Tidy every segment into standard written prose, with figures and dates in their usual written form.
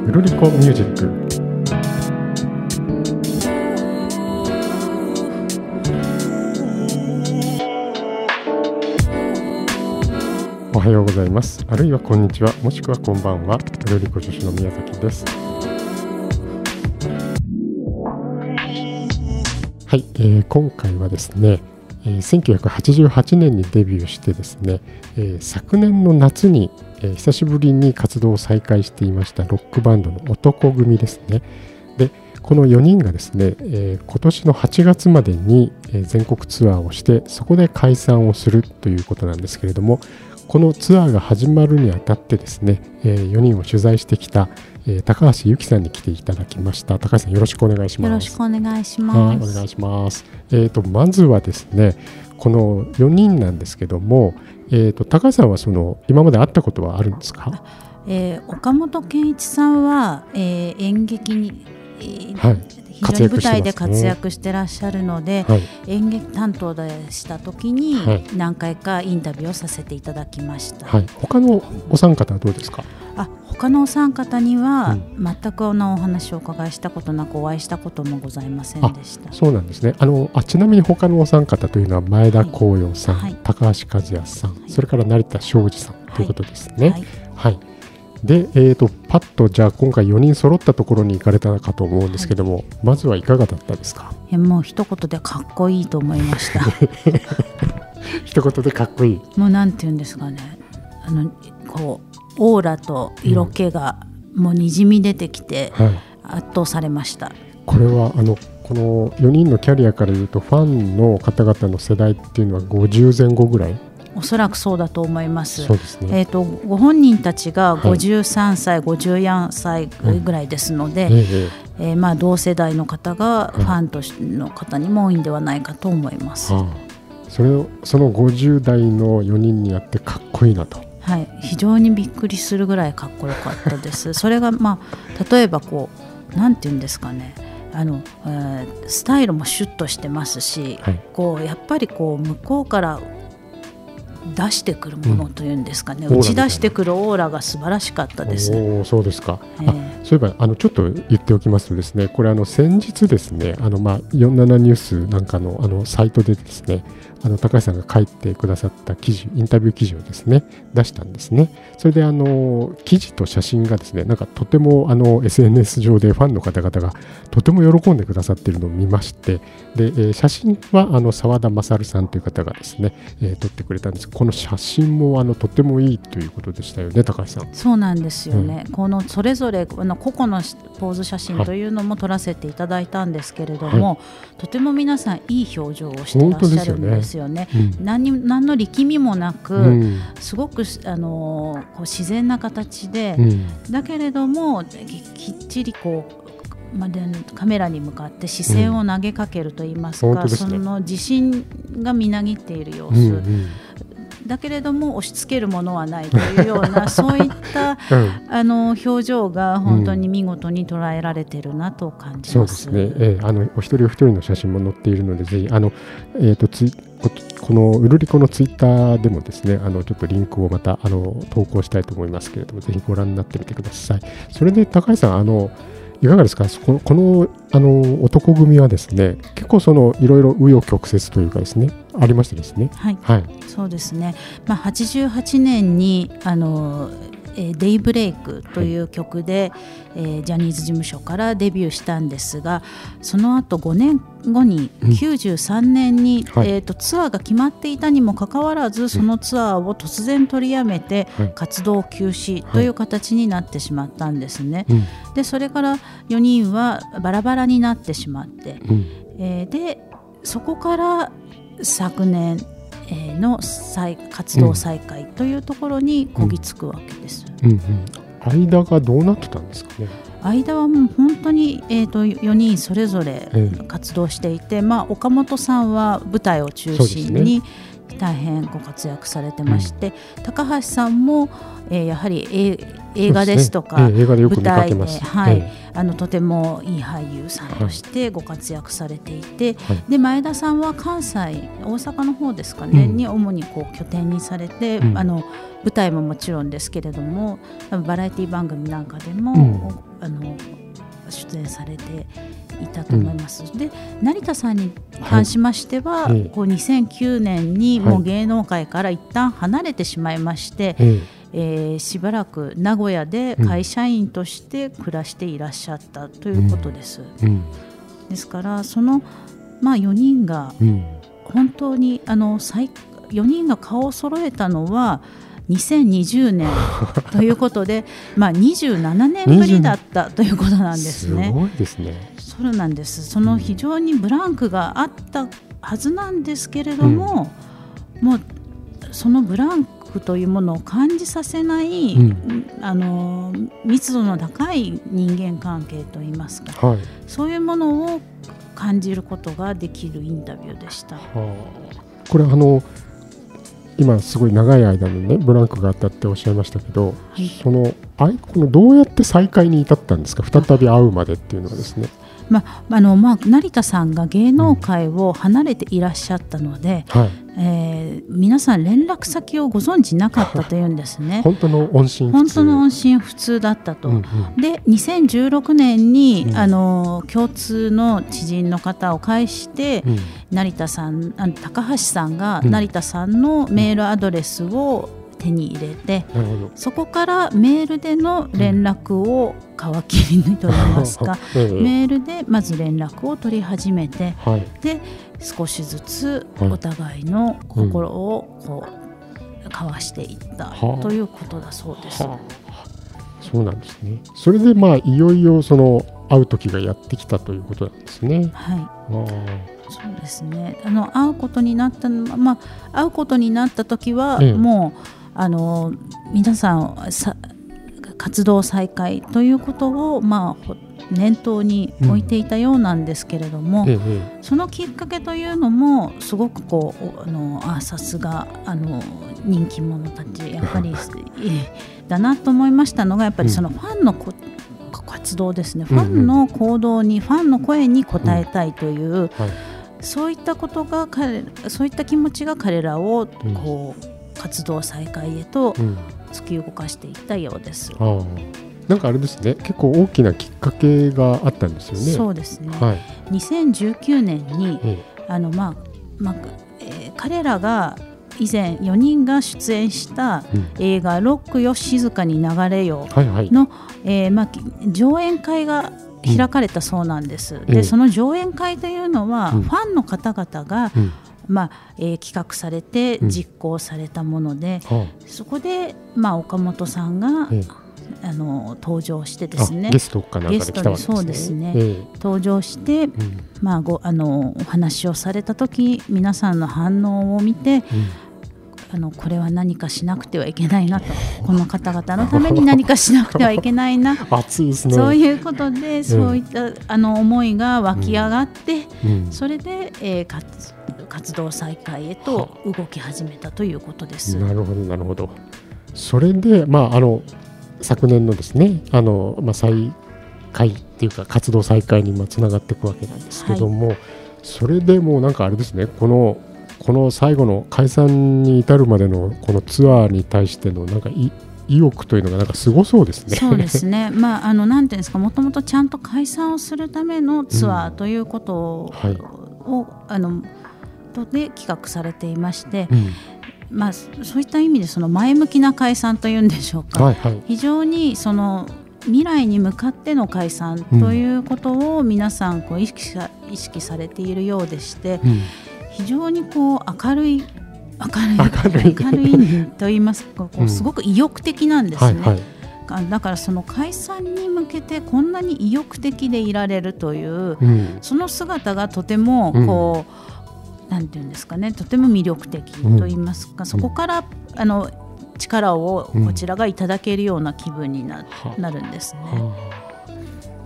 うるりこミュージック。おはようございます。あるいはこんにちは、もしくはこんばんは。うるりこ助手の宮崎です。はい、今回はですね、1988年にデビューしてですね、昨年の夏に、久しぶりに活動を再開していましたロックバンドの男組ですね。でこの4人がですね、今年の8月までに、全国ツアーをしてそこで解散をするということなんですけれども、このツアーが始まるにあたってですね、4人を取材してきた、高橋由紀さんに来ていただきました。高橋さん、よろしくお願いします。 よろしくお願いします。 お願いします。まずはですね、この4人なんですけども、高橋さんは今まで会ったことはあるんですか？ 岡本健一さんは、演劇に、非常に舞台で活躍してらっしゃるので、演劇担当でした時に何回かインタビューをさせていただきました。 他のお三方はどうですか？ 他のお三方には全くお話をお伺いしたことなく、お会いしたこともございませんでした。 そうなんですね。ちなみに他のお三方というのは前田光陽さん、高橋和也さん、それから成田庄司さんということですね。で、パッとじゃあ今回4人揃ったところに行かれたかと思うんですけども、まずはいかがだったですか？ もう一言でかっこいいと思いました一言でかっこいい。 もうなんていうんですかね、こうオーラと色気がもうにじみ出てきて、圧倒されました。 これはこの4人のキャリアからいうとファンの方々の世代っていうのは50前後ぐらい？ おそらくそうだと思います。 そうですね。 ご本人たちが53歳、54歳ぐらいですので、同世代の方がファンとしての方にも多いんではないかと思います。 その50代の4人にあってかっこいいなと。 非常にびっくりするぐらいかっこよかったですそれが例えばなんていうんですかね、スタイルもシュッとしてますし、やっぱり向こうから出してくるものというんですかね、打ち出してくるオーラが素晴らしかったです。 そうですか。そういえばちょっと言っておきますとですね、これ先日ですね、47ニュースなんかのサイトでですね、高橋さんが書いてくださった記事、インタビュー記事をですね出したんですね。それで記事と写真がですね、なんかとてもSNS 上でファンの方々がとても喜んでくださっているのを見まして、で、写真は澤田勝さんという方がですね、撮ってくれたんです。この写真もとてもいいということでしたよね、高橋さん。 そうなんですよね。このそれぞれ個々のポーズ写真というのも撮らせていただいたんですけれども、とても皆さんいい表情をしてらっしゃるんですよね。何の力みもなく、すごく自然な形で、だけれどもきっちりカメラに向かって視線を投げかけるといいますか、その自信がみなぎっている様子、だけれども押し付けるものはないというようなそういった表情が本当に見事に捉えられているなと感じます。 そうですね。お一人お一人の写真も載っているので、ぜひこのうるりこのツイッターでもですね、ちょっとリンクをまた投稿したいと思いますけれども、ぜひご覧になってみてください。それで高橋さん、いかがですか？この男組はですね、結構いろいろ紆余曲折というかですね、ありましてですね。 そうですね。88年にデイブレイクという曲で、ジャニーズ事務所からデビューしたんですが、その後5年後に93年に、ツアーが決まっていたにもかかわらず、そのツアーを突然取りやめて、活動休止という形になってしまったんですね。でそれから4人はバラバラになってしまって、でそこから昨年の活動再開というところにこぎつくわけです。 間がどうなってたんですかね？ 間はもう本当に、4人それぞれ活動していて、岡本さんは舞台を中心に大変ご活躍されてまして、高橋さんも、やはり映画ですとか、 映画でよく見かけます。 とてもいい俳優さんとしてご活躍されていて、で前田さんは関西、大阪の方ですかね、に主にこう拠点にされて、舞台ももちろんですけれども、バラエティ番組なんかでも、出演されていたと思います。で成田さんに関しましては、こう2009年にもう芸能界から一旦離れてしまいまして、しばらく名古屋で会社員として暮らしていらっしゃったということです。ですからその、4人が本当に4人が顔を揃えたのは2020年ということで27年ぶりだったということなんですね。 すごいですね。 そうなんです。その非常にブランクがあったはずなんですけれども、もうそのブランクというものを感じさせない、密度の高い人間関係といいますか、そういうものを感じることができるインタビューでした。 これ今すごい長い間にねブランクがあったっておっしゃいましたけど、このどうやって再会に至ったんですか？再び会うまでっていうのはですね。 成田さんが芸能界を離れていらっしゃったので、皆さん連絡先をご存知なかったというんですね。 本当の音信不通だったと。で2016年に、共通の知人の方を介して、成田さん高橋さんが成田さんのメールアドレスを手に入れて、そこからメールでの連絡を皮切りにといいますか、メールでまず連絡を取り始めて、で少しずつお互いの心をこう交わしていったということだそうです。 そうなんですね。それでいよいよその会う時がやってきたということなんですね。 そうですね。会うことになった会うことになった時は、もう皆さん活動再開ということを念頭に置いていたようなんですけれども、そのきっかけというのもすごくこうさすが人気者たちやっぱりだなと思いましたのが、やっぱりそのファンの活動ですね。ファンの行動に、ファンの声に応えたいという、そういったことがそういった気持ちが彼らをこう活動再開へと突き動かしていったようです。 なんかあれですね、結構大きなきっかけがあったんですよね。 そうですね、2019年に彼らが以前4人が出演した映画ロックよ静かに流れよの上演会が開かれたそうなんです。でその上演会というのはファンの方々が企画されて実行されたもので、そこで岡本さんが登場してですね、 ゲストかなんかで来たわけですね。 そうですね、登場して、お話をされた時、皆さんの反応を見て、これは何かしなくてはいけないなと、この方々のために何かしなくてはいけないな熱いですね。 そういうことで、そういった思いが湧き上がって、それで、活動再開へと動き始めたということです。 なるほどなるほど。それで昨年のですね再開っていうか活動再開につながっていくわけなんですけども、それでもなんかあれですね、この最後の解散に至るまでのこのツアーに対してのなんか意欲というのがなんかすごそうですね。 そうですね。なんていうんですか、もともとちゃんと解散をするためのツアーということを、で企画されていまして、そういった意味でその前向きな解散というんでしょうか、非常にその未来に向かっての解散ということを皆さん意識されているようでして、非常に明るいと言いますか、すごく意欲的なんですね。だからその解散に向けてこんなに意欲的でいられるという、その姿がとてもなんていうんですかね、とても魅力的と言いますか、そこから力をこちらがいただけるような気分になるんですね。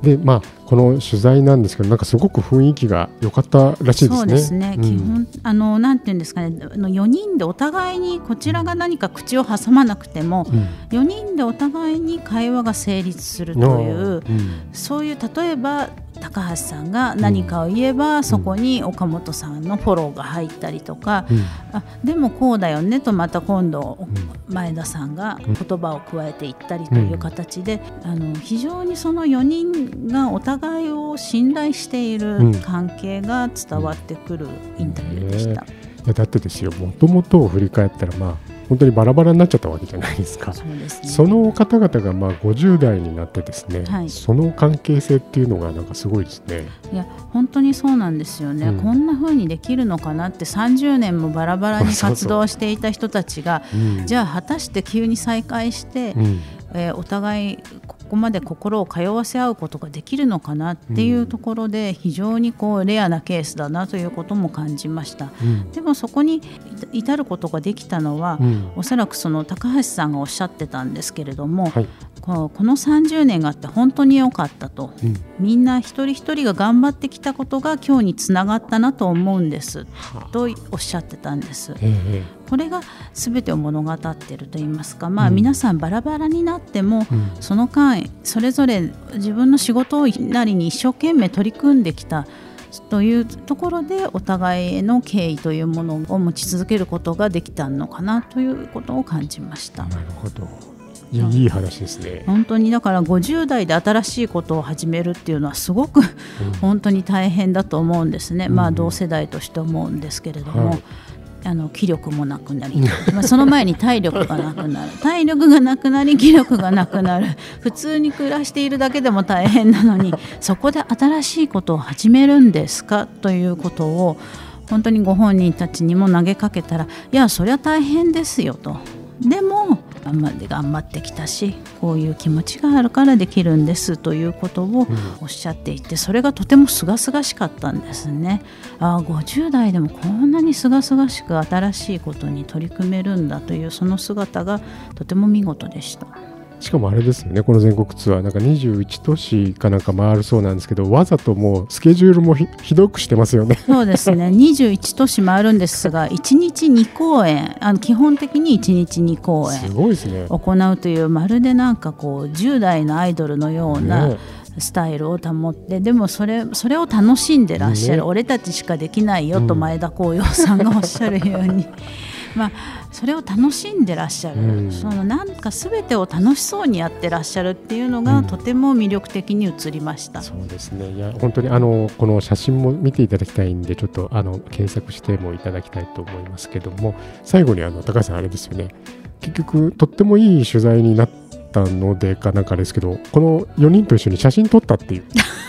でこの取材なんですけど、なんかすごく雰囲気が良かったらしいですね。 そうですね、基本なんていうんですかね、4人でお互いにこちらが何か口を挟まなくても、4人でお互いに会話が成立するという、そういう例えば高橋さんが何かを言えば、そこに岡本さんのフォローが入ったりとか、でもこうだよねとまた今度前田さんが言葉を加えていったりという形で、非常にその4人がお互いを信頼している関係が伝わってくるインタビューでした。 いやだってですよ、もともとを振り返ったら本当にバラバラになっちゃったわけじゃないですか。 そうですね、 その方々が50代になってですね、その関係性っていうのがなんかすごいですね。 いや本当にそうなんですよね、こんな風にできるのかなって30年もバラバラに活動していた人たちがじゃあ果たして急に再会して、お互いここまで心を通わせ合うことができるのかなっていうところで、非常にレアなケースだなということも感じました。でもそこに至ることができたのは、おそらくその高橋さんがおっしゃってたんですけれども、この30年があって本当に良かったと、みんな一人一人が頑張ってきたことが今日につながったなと思うんですとおっしゃってたんです。これが全てを物語っていると言いますか、皆さんバラバラになっても、その間それぞれ自分の仕事なりに一生懸命取り組んできたというところで、お互いへの敬意というものを持ち続けることができたのかなということを感じました。 なるほど、いい話ですね。 本当にだから50代で新しいことを始めるっていうのはすごく本当に大変だと思うんですね。同世代として思うんですけれども、気力もなくなり、その前に体力がなくなる体力がなくなり気力がなくなる、普通に暮らしているだけでも大変なのにそこで新しいことを始めるんですかということを本当にご本人たちにも投げかけたら、いやそりゃ大変ですよと、でも頑張ってきたし、こういう気持ちがあるからできるんですということをおっしゃっていて、それがとても清々しかったんですね。50代でもこんなに清々しく新しいことに取り組めるんだというその姿がとても見事でした。 しかもあれですよね、この全国ツアーなんか21都市かなんか回るそうなんですけど、わざともうスケジュールも ひどくしてますよね。 そうですね、21都市回るんですが1日2公演、基本的に1日2公演すごいですね行うという、まるでなんか10代のアイドルのようなスタイルを保って、でもそれを楽しんでらっしゃる、俺たちしかできないよと前田光陽さんがおっしゃるようにそれを楽しんでらっしゃる、そのなんか全てを楽しそうにやってらっしゃるっていうのがとても魅力的に映りました。 そうですね、いや本当にこの写真も見ていただきたいんで、ちょっと検索してもいただきたいと思いますけども、最後に高橋さんあれですよね、結局とってもいい取材になったのでかなんかですけど、この4人と一緒に写真撮ったっていう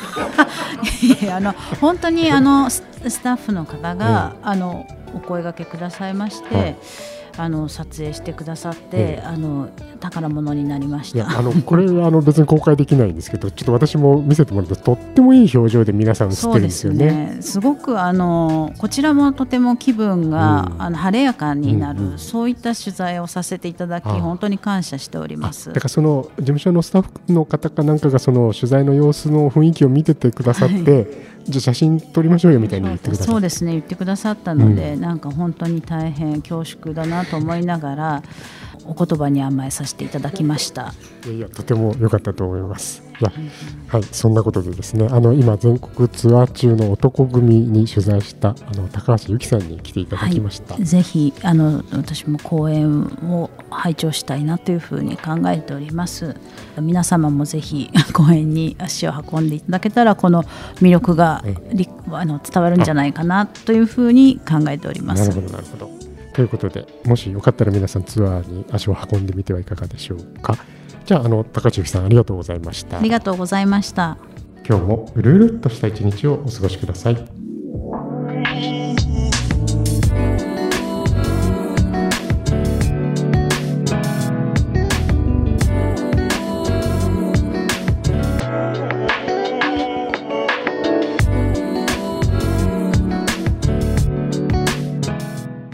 本当にスタッフの方が、お声掛けくださいまして、撮影してくださって、宝物になりました。 いやこれ別に公開できないんですけど、ちょっと私も見せてもらうととってもいい表情で皆さん映ってるんですよね。 そうですね、すごくこちらもとても気分が、晴れやかになる、そういった取材をさせていただき本当に感謝しております。 だからその事務所のスタッフの方かなんかがその取材の様子の雰囲気を見ててくださって、じゃあ写真撮りましょうよみたいに言ってくださった。 そうですね、言ってくださったので、なんか本当に大変恐縮だなと思いながらお言葉に甘えさせていただきました。 いやとても良かったと思います。はい、そんなことでですね、今全国ツアー中の男組に取材した高橋由紀さんに来ていただきました。 ぜひ私も公演を拝聴したいなというふうに考えております。皆様もぜひ公演に足を運んでいただけたら、この魅力が伝わるんじゃないかなというふうに考えております。 なるほどなるほど。ということで、もしよかったら皆さんツアーに足を運んでみてはいかがでしょうか。じゃあ高橋由紀さんありがとうございました。 ありがとうございました。 今日もうるうるっとした一日をお過ごしください。